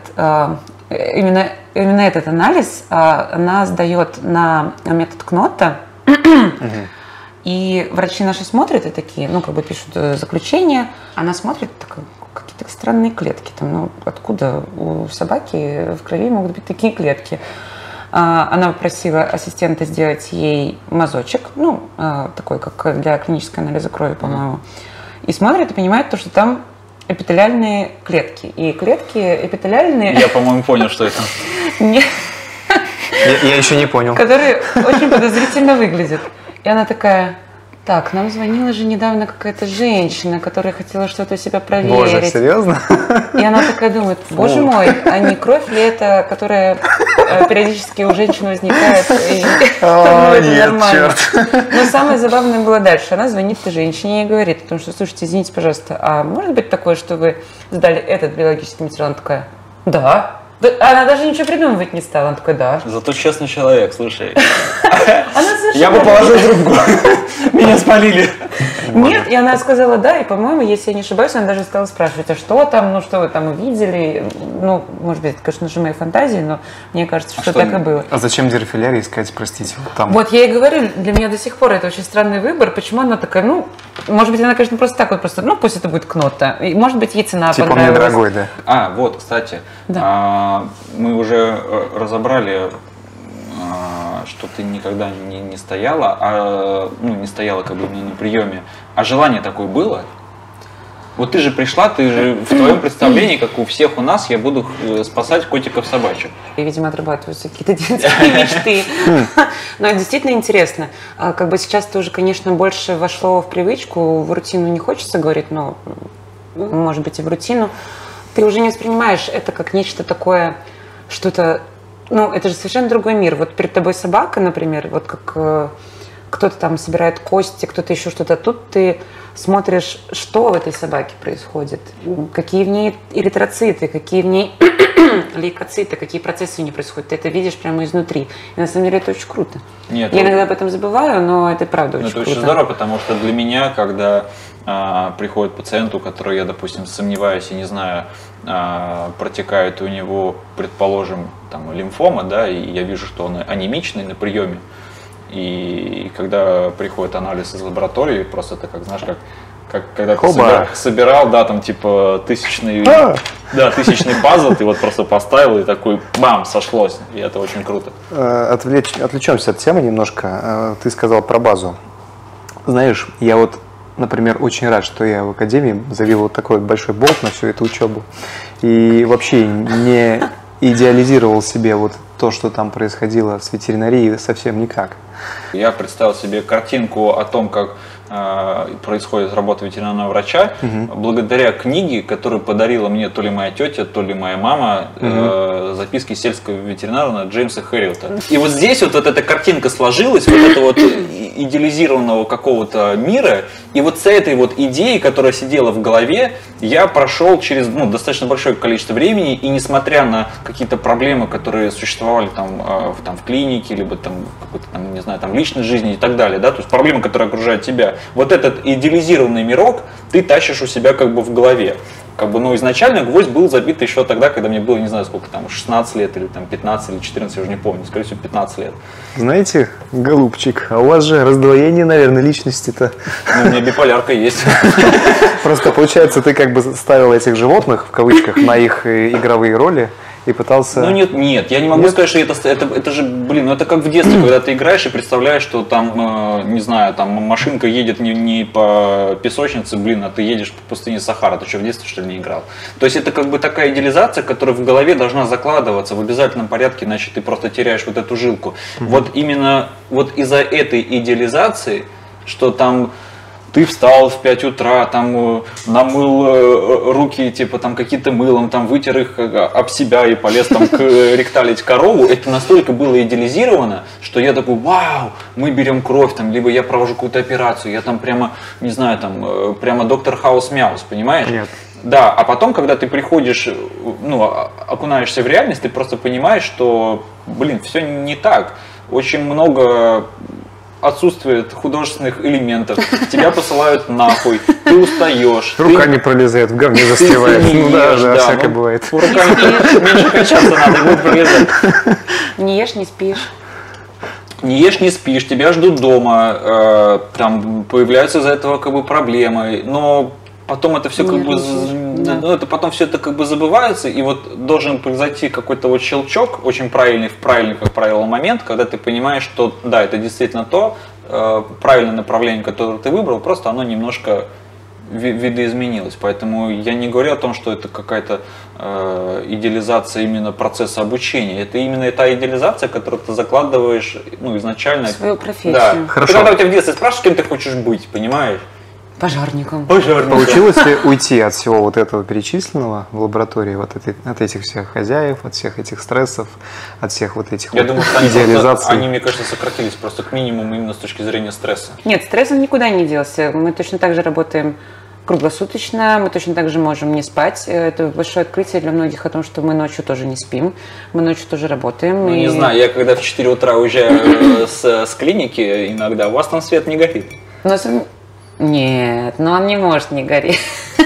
анализ. Она сдает на метод Кнотта. И врачи наши смотрят и такие, ну, как бы пишут заключение. Она смотрит, такая, какие-то странные клетки. Там, ну, откуда у собаки в крови могут быть такие клетки? Она попросила ассистента сделать ей мазочек, ну, такой, как для клинического анализа крови, по-моему. И смотрит и понимает, что там эпителиальные клетки. И клетки эпителиальные... Я, по-моему, понял, что это. Я еще не понял. Которые очень подозрительно выглядят. И она такая, так, нам звонила же недавно какая-то женщина, которая хотела что-то у себя проверить. Боже, серьезно? И она такая думает, боже мой, а не кровь ли это, которая периодически у женщин возникает? Нет, черт. Но самое забавное было дальше. Она звонит этой женщине и говорит, потому что, слушайте, извините, пожалуйста, а может быть такое, что вы сдали этот биологический материал? Она такая, да. Она даже ничего придумывать не стала. Она такая, да. Зато честный человек, слушай. Я бы положил трубку. Меня спалили. Нет, и она сказала да, и, по-моему, если я не ошибаюсь, она даже стала спрашивать, а что там, ну что вы там увидели? Ну, может быть, это, конечно же, мои фантазии, но мне кажется, что так и было. А зачем дерфилярий искать, простите? Там. Вот я и говорю, для меня до сих пор это очень странный выбор. Почему она такая, ну, может быть, она, конечно, просто так вот, просто, ну, пусть это будет Кнотта. И, может быть, ей цена типа понравилась. Мне дорогой, да. Вот, кстати, да. Мы уже разобрали, что ты никогда не стояла, не стояла как бы именно на приеме, а желание такое было? Вот ты же пришла, ты же в твоем представлении, как у всех у нас, я буду спасать котиков-собачек. И, видимо, отрабатываются какие-то детские мечты. Но это действительно интересно. Как бы сейчас это уже, конечно, больше вошло в привычку, в рутину не хочется говорить, но, может быть, и в рутину. Ты уже не воспринимаешь это как нечто такое, что-то... Ну, это же совершенно другой мир. Вот перед тобой собака, например, вот как кто-то там собирает кости, кто-то еще что-то. Тут ты смотришь, что в этой собаке происходит, какие в ней эритроциты, какие в ней лейкоциты, какие процессы у них происходят. Ты это видишь прямо изнутри. И на самом деле это очень круто. Нет, Я иногда об этом забываю, но это правда очень это круто. очень здорово, потому что для меня, когда приходит пациент, у которого я, допустим, сомневаюсь и не знаю, протекает у него, предположим, там, лимфома, да, и я вижу, что он анемичный на приеме, и когда приходит анализ из лаборатории, просто это как, знаешь, как когда ты собирал, да, там, типа, тысячный пазл, ты вот просто поставил и такой, бам, сошлось, и это очень круто. Отвлечемся от темы немножко. Ты сказал про базу. Знаешь, я вот, например, очень рад, что я в академии завел вот такой большой болт на всю эту учебу и вообще не идеализировал себе вот то, что там происходило с ветеринарией, совсем никак. Я представил себе картинку о том, как происходит работа ветеринарного врача, благодаря книге, которую подарила мне то ли моя тетя, то ли моя мама, записки сельского ветеринара Джеймса Хэриота. И вот здесь вот эта картинка сложилась, вот это вот идеализированного какого-то мира, и вот с этой вот идеей, которая сидела в голове, я прошел через достаточно большое количество времени, и несмотря на какие-то проблемы, которые существовали там в клинике, либо там какой-то там, не знаю, там личной жизни и так далее, да, то есть проблемы, которые окружают тебя, вот этот идеализированный мирок ты тащишь у себя как бы в голове. Как бы, изначально гвоздь был забит еще тогда, когда мне было, не знаю, сколько там, 16 лет или там 15 или 14, я уже не помню, скорее всего 15 лет. Знаете, голубчик, а у вас же раздвоение, наверное, личности-то. У меня биполярка есть. Просто получается, ты как бы ставил этих животных, в кавычках, на их игровые роли и пытался... Нет, я не могу сказать, что это же, это как в детстве, когда ты играешь и представляешь, что там, не знаю, там машинка едет не по песочнице, а ты едешь по пустыне Сахара. Ты что, в детстве, что ли, не играл? То есть это как бы такая идеализация, которая в голове должна закладываться в обязательном порядке, иначе ты просто теряешь вот эту жилку. Вот именно вот из-за этой идеализации, что там... Ты встал в 5 утра, там намыл руки, типа там какие-то мылом, там вытер их об себя и полез там ректалить корову. Это настолько было идеализировано, что я такой, вау, мы берем кровь, там, либо я провожу какую-то операцию, я там прямо, не знаю, там, прямо доктор Хаус-Мяус, понимаешь? Нет. Да, а потом, когда ты приходишь, окунаешься в реальность, ты просто понимаешь, что, все не так. Очень много отсутствует художественных элементов, тебя посылают нахуй, ты устаешь. Рука не пролезает, в говне застревает. Да, всякое бывает. Руками меньше качаться надо, будет пролезать. Не ешь, не спишь. Не ешь, не спишь, тебя ждут дома, там появляются из-за этого как бы проблемы, но потом это все потом все это как бы забывается, и вот должен произойти какой-то вот щелчок, очень правильный, как правило, момент, когда ты понимаешь, что да, это действительно то правильное направление, которое ты выбрал, просто оно немножко видоизменилось. Поэтому я не говорю о том, что это какая-то идеализация именно процесса обучения. Это именно та идеализация, которую ты закладываешь изначально. Свою профессию. Да. Хорошо. Когда у тебя в детстве спрашивают, кем ты хочешь быть, понимаешь? Пожарником. Получилось ли уйти от всего вот этого перечисленного в лаборатории, от этих всех хозяев, от всех этих стрессов, от всех вот этих идеализаций? Они, мне кажется, сократились просто к минимуму именно с точки зрения стресса. Нет, стресс он никуда не делся. Мы точно так же работаем круглосуточно, мы точно так же можем не спать. Это большое открытие для многих о том, что мы ночью тоже не спим, мы ночью тоже работаем. Не знаю, я когда в 4 утра уезжаю с клиники, иногда у вас там свет не горит. Нет, он не может не гореть.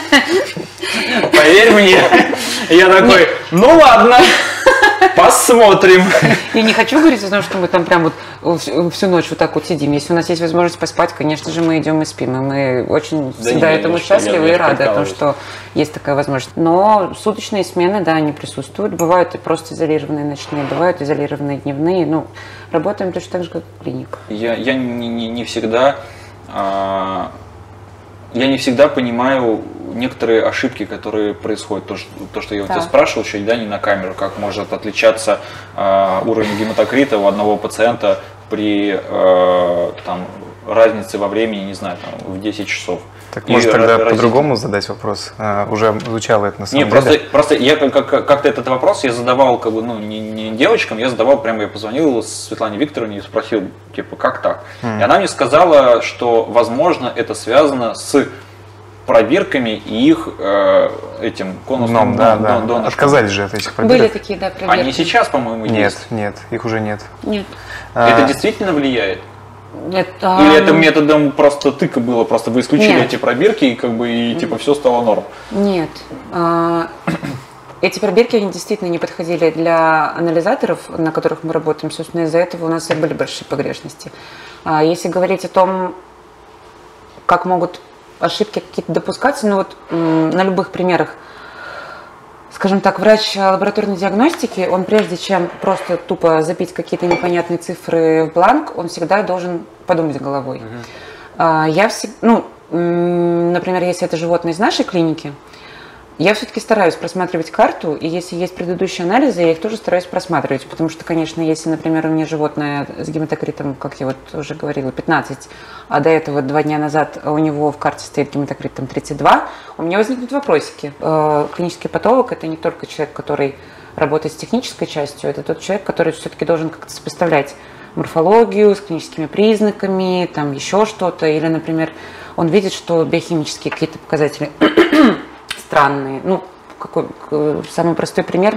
Поверь мне, я такой, ладно, посмотрим. Я не хочу говорить о том, что мы там прям вот всю ночь вот так вот сидим. Если у нас есть возможность поспать, конечно же, мы идем и спим. И мы очень всегда этому счастливы и рады о том, что есть такая возможность. Но суточные смены, да, они присутствуют. Бывают и просто изолированные ночные, бывают изолированные дневные. Работаем точно так же, как клиника. Я не всегда понимаю некоторые ошибки, которые происходят. То, что я у тебя спрашивал еще, не на камеру, как может отличаться уровень гематокрита у одного пациента при разнице во времени, не знаю, в 10 часов. Так может тогда по-другому задать вопрос? Уже звучало это на самом деле. Просто я как-то этот вопрос я задавал не девочкам, я позвонил Светлане Викторовне и спросил, как так? И она мне сказала, что возможно это связано с пробирками и их этим конусным донышком. Отказались же от этих пробирок. Были такие, да, пробирки. Они сейчас, по-моему, есть. Нет, их уже нет. Нет. Это действительно влияет? Это... Или это методом просто тыка было, просто вы исключили Нет. эти пробирки и как бы и типа все стало норм? Нет. Эти пробирки, они действительно не подходили для анализаторов, на которых мы работаем. Собственно, из-за этого у нас и были большие погрешности. Если говорить о том, как могут ошибки какие-то допускаться, ну вот на любых примерах, скажем так, врач лабораторной диагностики, он прежде чем просто тупо забить какие-то непонятные цифры в бланк, он всегда должен подумать головой. Я всегда, ну, например, если это животное из нашей клиники, я все-таки стараюсь просматривать карту, и если есть предыдущие анализы, я их тоже стараюсь просматривать, потому что, конечно, если, например, у меня животное с гематокритом, как я вот уже говорила, 15, а до этого 2 дня назад у него в карте стоит гематокрит там 32, у меня возникнут вопросики. Клинический патолог – это не только человек, который работает с технической частью, это тот человек, который все-таки должен как-то сопоставлять морфологию с клиническими признаками, там еще что-то, или, например, он видит, что биохимические какие-то показатели странные. Ну, какой самый простой пример.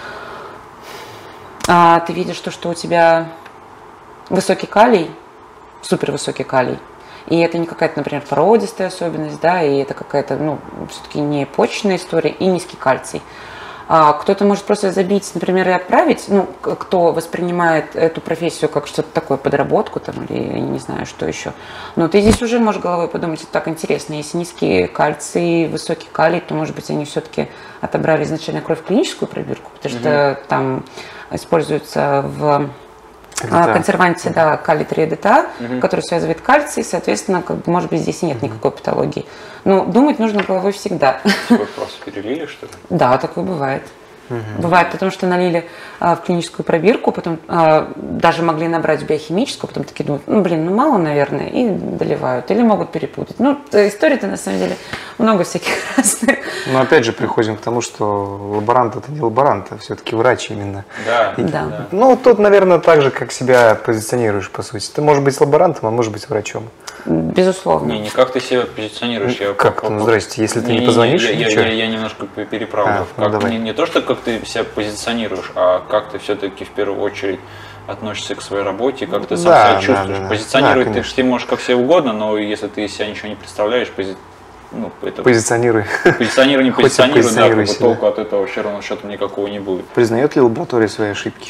Ты видишь, что у тебя высокий калий, супервысокий калий, и это не какая-то, например, породистая особенность, да, и это какая-то, ну, все-таки не почечная история, и низкий кальций. Кто-то может просто забить, например, и отправить, ну, кто воспринимает эту профессию как что-то такое, подработку там, или я не знаю, что еще. Но ты здесь уже можешь головой подумать, это так интересно, если низкий кальций, высокий калий, то, может быть, они все-таки отобрали изначально кровь в клиническую пробирку, потому что там используется в консерванте, да, калий-3-ДТА, который связывает кальций, соответственно, как бы, может быть, здесь и нет никакой патологии. Но думать нужно головой всегда. Просто перелили, что ли? Да, такое бывает. Бывает, потому что налили в клиническую пробирку, потом даже могли набрать в биохимическую, потом такие думают, ну, блин, ну мало, наверное, и доливают. Или могут перепутать. Ну, историй-то, на самом деле, много всяких разных. Но опять же приходим к тому, что лаборант – это не лаборант, а все-таки врач именно. Да, да. Ну, тут, наверное, так же, как себя позиционируешь, по сути. Ты можешь быть лаборантом, а можешь быть врачом. Безусловно. Не как ты себя позиционируешь. Как? Ну, здрасте, если ты не позвонишь, ничего. Я немножко переправлю. Не то, что как ты себя позиционируешь, а как ты все-таки в первую очередь относишься к своей работе, как ты сам себя чувствуешь. Да. Позиционировать ты можешь как себе угодно, но если ты из себя ничего не представляешь, позиционируй. Позиционируй, не позиционируй, да, как бы себя. толку от этого все равно счета никакого не будет. Признает ли лаборатория свои ошибки?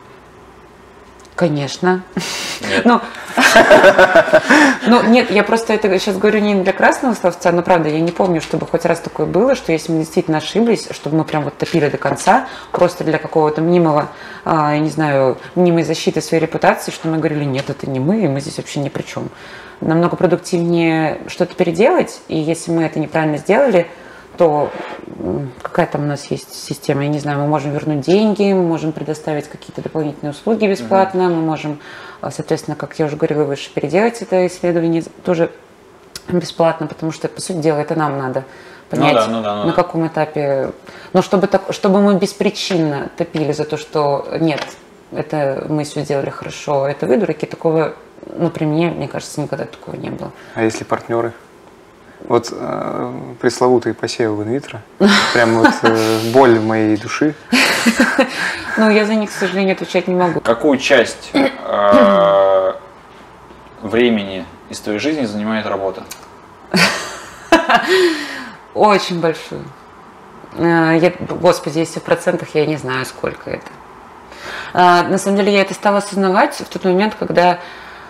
Конечно. Нет. Ну, нет, я просто это сейчас говорю не для красного словца, но правда, я не помню, чтобы хоть раз такое было, что если мы действительно ошиблись, чтобы мы прям вот топили до конца, просто для какого-то мнимого, я не знаю, мнимой защиты своей репутации, что мы говорили, нет, это не мы, и мы здесь вообще ни при чем. Намного продуктивнее что-то переделать, и если мы это неправильно сделали, то какая там у нас есть система, я не знаю, мы можем вернуть деньги, мы можем предоставить какие-то дополнительные услуги бесплатно, мы можем, соответственно, как я уже говорила выше, переделать это исследование тоже бесплатно, потому что, по сути дела, это нам надо понять, на каком этапе. Но чтобы мы беспричинно топили за то, что нет, это мы все сделали хорошо, это вы дураки, такого, ну, при мне кажется, никогда такого не было. А если партнеры? Вот пресловутые посевы в инвитро, прям вот боль моей души. Ну, я за них, к сожалению, отвечать не могу. Какую часть времени из твоей жизни занимает работа? Очень большую. Господи, если в процентах, я не знаю, сколько это. На самом деле, я это стала осознавать в тот момент, когда...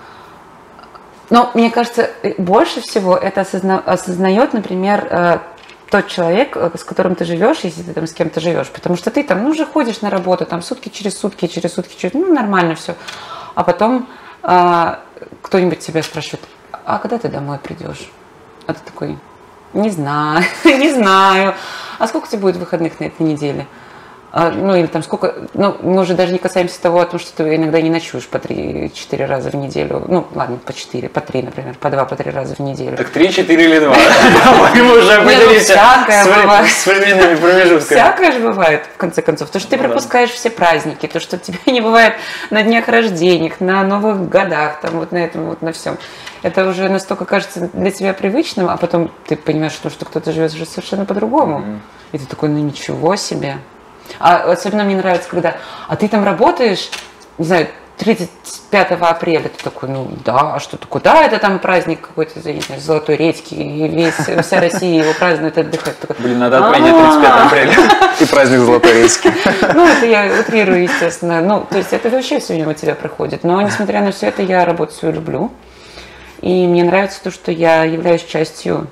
Но мне кажется, больше всего это осознает, например, тот человек, с которым ты живешь, если ты там с кем-то живешь. Потому что ты там, ну, уже ходишь на работу, там сутки через сутки, ну, нормально все. А потом кто-нибудь тебя спрашивает, а когда ты домой придешь? А ты такой, не знаю, не знаю. А сколько тебе будет выходных на этой неделе? Ну, или там сколько... Ну, мы уже даже не касаемся того, о том, что ты иногда не ночуешь по 3-4 раза в неделю. Ну, ладно, по 4, по 3, например, по 2, по 3 раза в неделю. Так 3, 4 или 2? Мы уже определимся с временными промежутками. Всякое же бывает, в конце концов. То, что ты пропускаешь все праздники, то, что тебя не бывает на днях рождениях, на Новых годах, там вот на этом, вот на всем. Это уже настолько кажется для тебя привычным, а потом ты понимаешь, что кто-то живет уже совершенно по-другому. И ты такой, ну ничего себе. А особенно мне нравится, когда, а ты там работаешь, не знаю, 35 апреля, ты такой, ну да, а что такое? Да, это там праздник какой-то, не знаю, Золотой редьки, и вся Россия его празднует, отдыхает. Блин, надо отметить 35 апреля. И праздник Золотой редьки. Ну, это я утрирую, естественно. Ну, то есть это вообще все мимо тебя проходит. Но, несмотря на все это, я работу свою люблю. И мне нравится то, что я являюсь частью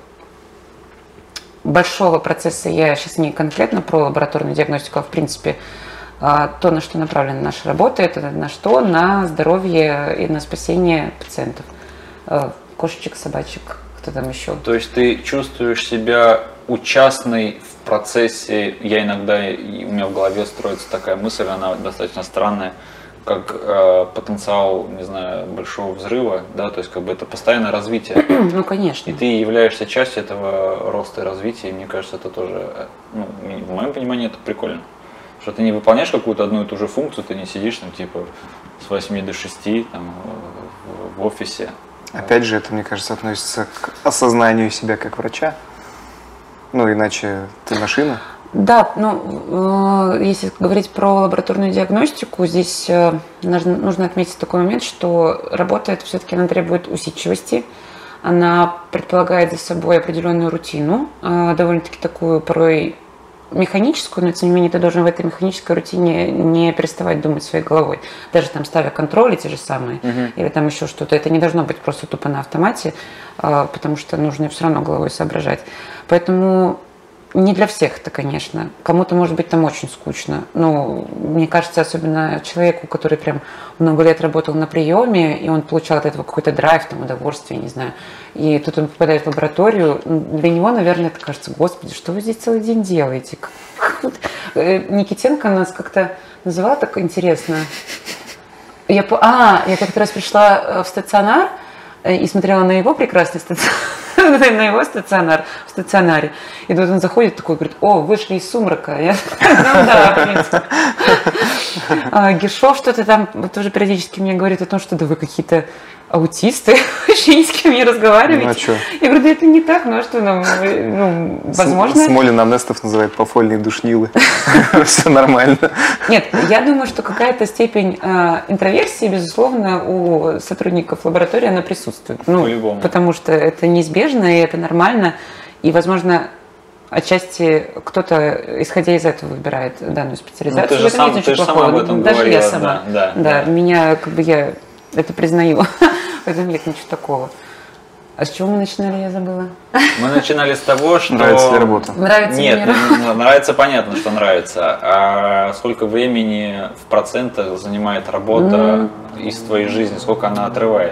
большого процесса. Я сейчас не конкретно про лабораторную диагностику, а в принципе то, на что направлена наша работа, это на что? На здоровье и на спасение пациентов. Кошечек, собачек, кто там еще. То есть ты чувствуешь себя участной в процессе. Я иногда, у меня в голове строится такая мысль, она достаточно странная, как потенциал, не знаю, большого взрыва, да, то есть как бы это постоянное развитие. Ну, конечно. И ты являешься частью этого роста и развития, и мне кажется, это тоже, ну, в моем понимании, это прикольно. Что ты не выполняешь какую-то одну и ту же функцию, ты не сидишь там типа с 8 до 6 там, в офисе. Опять же, это, мне кажется, относится к осознанию себя как врача. Ну, иначе ты машина. Да, ну, если говорить про лабораторную диагностику, здесь нужно отметить такой момент, что работа это все-таки она требует усидчивости, она предполагает за собой определенную рутину, довольно-таки такую порой механическую, но тем не менее ты должен в этой механической рутине не переставать думать своей головой. Даже там ставя контроли те же самые, или там еще что-то, это не должно быть просто тупо на автомате, потому что нужно все равно головой соображать. Поэтому не для всех это, конечно. Кому-то, может быть, там очень скучно. Но мне кажется, особенно человеку, который прям много лет работал на приеме, и он получал от этого какой-то драйв, там, удовольствие, не знаю. И тут он попадает в лабораторию. Для него, наверное, это кажется, господи, что вы здесь целый день делаете? Никитенко нас как-то называла так интересно. Я как-то раз пришла в стационар и смотрела на его прекрасный стационар, на его стационар, в стационаре. И тут он заходит такой, говорит, о, вышли из сумрака. Я, ну да, в принципе. Гершов что-то там тоже периодически мне говорит о том, что да вы какие-то аутисты, вообще ни с кем не разговариваете. Ну, а что? Я говорю, да это не так, ну а что, ну возможно... Смолин Амнестов называет пофольные душнилы. Все нормально. Нет, я думаю, что какая-то степень интроверсии, безусловно, у сотрудников лаборатории она присутствует. Ну, по-любому. Потому что это неизбежно, и это нормально. И, возможно, отчасти кто-то, исходя из этого, выбирает данную специализацию. Ну, ты же сама об этом даже говорила. Я сама. Да, меня, как бы, я это признаю. В этом нет ничего такого. А с чего мы начинали, я забыла? Мы начинали с того, что... Нравится ли работа? Нравится ли Нет, нравится, понятно, что нравится. А сколько времени в процентах занимает работа из твоей жизни? Сколько она отрывает?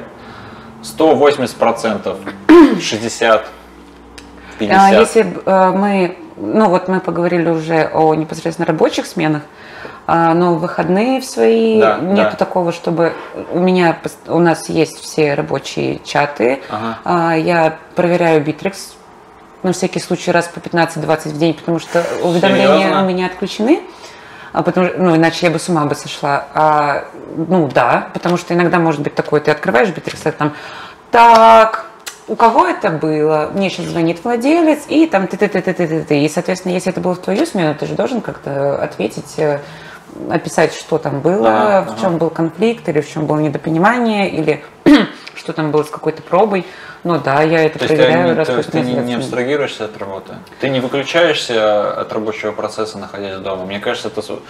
180%, 60%, 50%. Если мы... Ну, вот мы поговорили уже о непосредственно рабочих сменах, но в выходные в свои нету такого, чтобы у нас есть все рабочие чаты. Я проверяю Битрикс на всякий случай раз по 15-20 в день, потому что уведомления Серьезно? у меня отключены. Ну, иначе я бы с ума бы сошла. Ну, да, потому что иногда может быть такое, ты открываешь Битрикс, там, так, у кого это было? Мне сейчас звонит владелец, и там ты. И, соответственно, если это было в твою смену, ты же должен как-то ответить, описать, что там было, в чем был конфликт, или в чем было недопонимание, или что там было с какой-то пробой. Ну да, я это проверяю. То есть ты не абстрагируешься от работы? Ты не выключаешься от рабочего процесса, находясь дома? Мне кажется,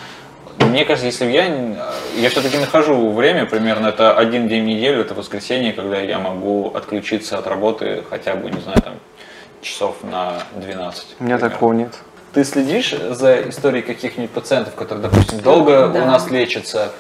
если я все-таки нахожу время, примерно это один день в неделю, это воскресенье, когда я могу отключиться от работы хотя бы, не знаю, там, часов на 12. У меня такого нет. Ты следишь за историей каких-нибудь пациентов, которые, допустим, долго у нас лечатся,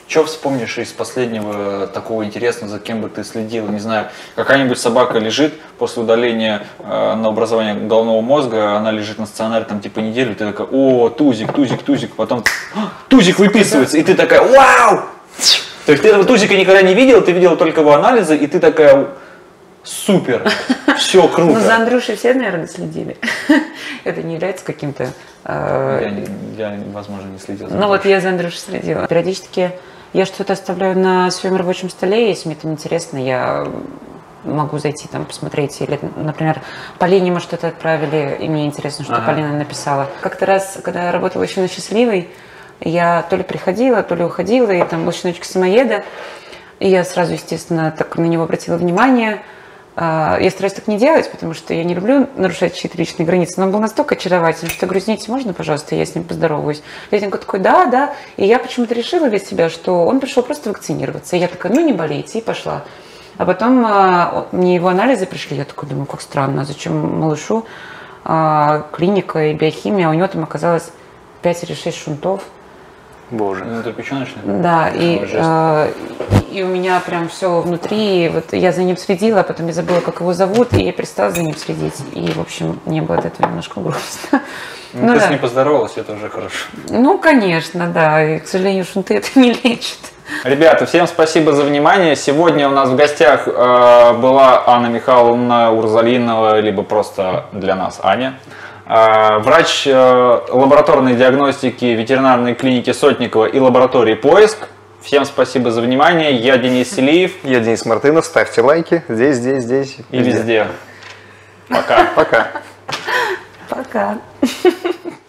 Что вспомнишь из последнего такого интересного, за кем бы ты следил? Не знаю, какая-нибудь собака лежит после удаления на образование головного мозга, она лежит на стационаре там типа неделю, и ты такая, о, тузик, тузик, тузик, потом тузик выписывается, и ты такая, вау! То есть ты этого тузика никогда не видела, ты видела только его анализы, и ты такая, супер, все круто. Ну, за Андрюшей все, наверное, следили. Это не является каким-то... Я, возможно, не следил за Ну вот я за Андрюшей следила. Периодически я что-то оставляю на своем рабочем столе, если мне это интересно, я могу зайти там посмотреть. Или, например, Полине мы что-то отправили, и мне интересно, что Полина написала. Как-то раз, когда я работала еще на «Счастливой», я то ли приходила, то ли уходила, и там был щеночек самоеда, и я сразу, естественно, так на него обратила внимание. Я стараюсь так не делать, потому что я не люблю нарушать чьи-то личные границы, но он был настолько очаровательный, что я говорю, извините, можно, пожалуйста, я с ним поздороваюсь. Дяденька такой, да, да, и я почему-то решила для себя, что он пришел просто вакцинироваться, и я такая, ну не болейте, и пошла. А потом мне его анализы пришли, я такой думаю, как странно, зачем малышу клиника и биохимия, а у него там оказалось 5 или 6 шунтов. Боже. Ну, это печеночный. Да, и у меня прям все внутри, вот я за ним следила, а потом я забыла, как его зовут, и я перестала за ним следить. И, в общем, мне было от этого немножко грустно. Ну, ты с ним поздоровалась, это уже хорошо. Ну, конечно, да, и, к сожалению, шунты это не лечат. Ребята, всем спасибо за внимание. Сегодня у нас в гостях была Анна Михайловна Урзалинова, либо просто для нас Аня. Врач лабораторной диагностики ветеринарной клиники Сотникова и лаборатории «Поиск». Всем спасибо за внимание. Я Денис Селиев. Я Денис Мартынов. Ставьте лайки здесь. И везде. Пока. Пока. Пока.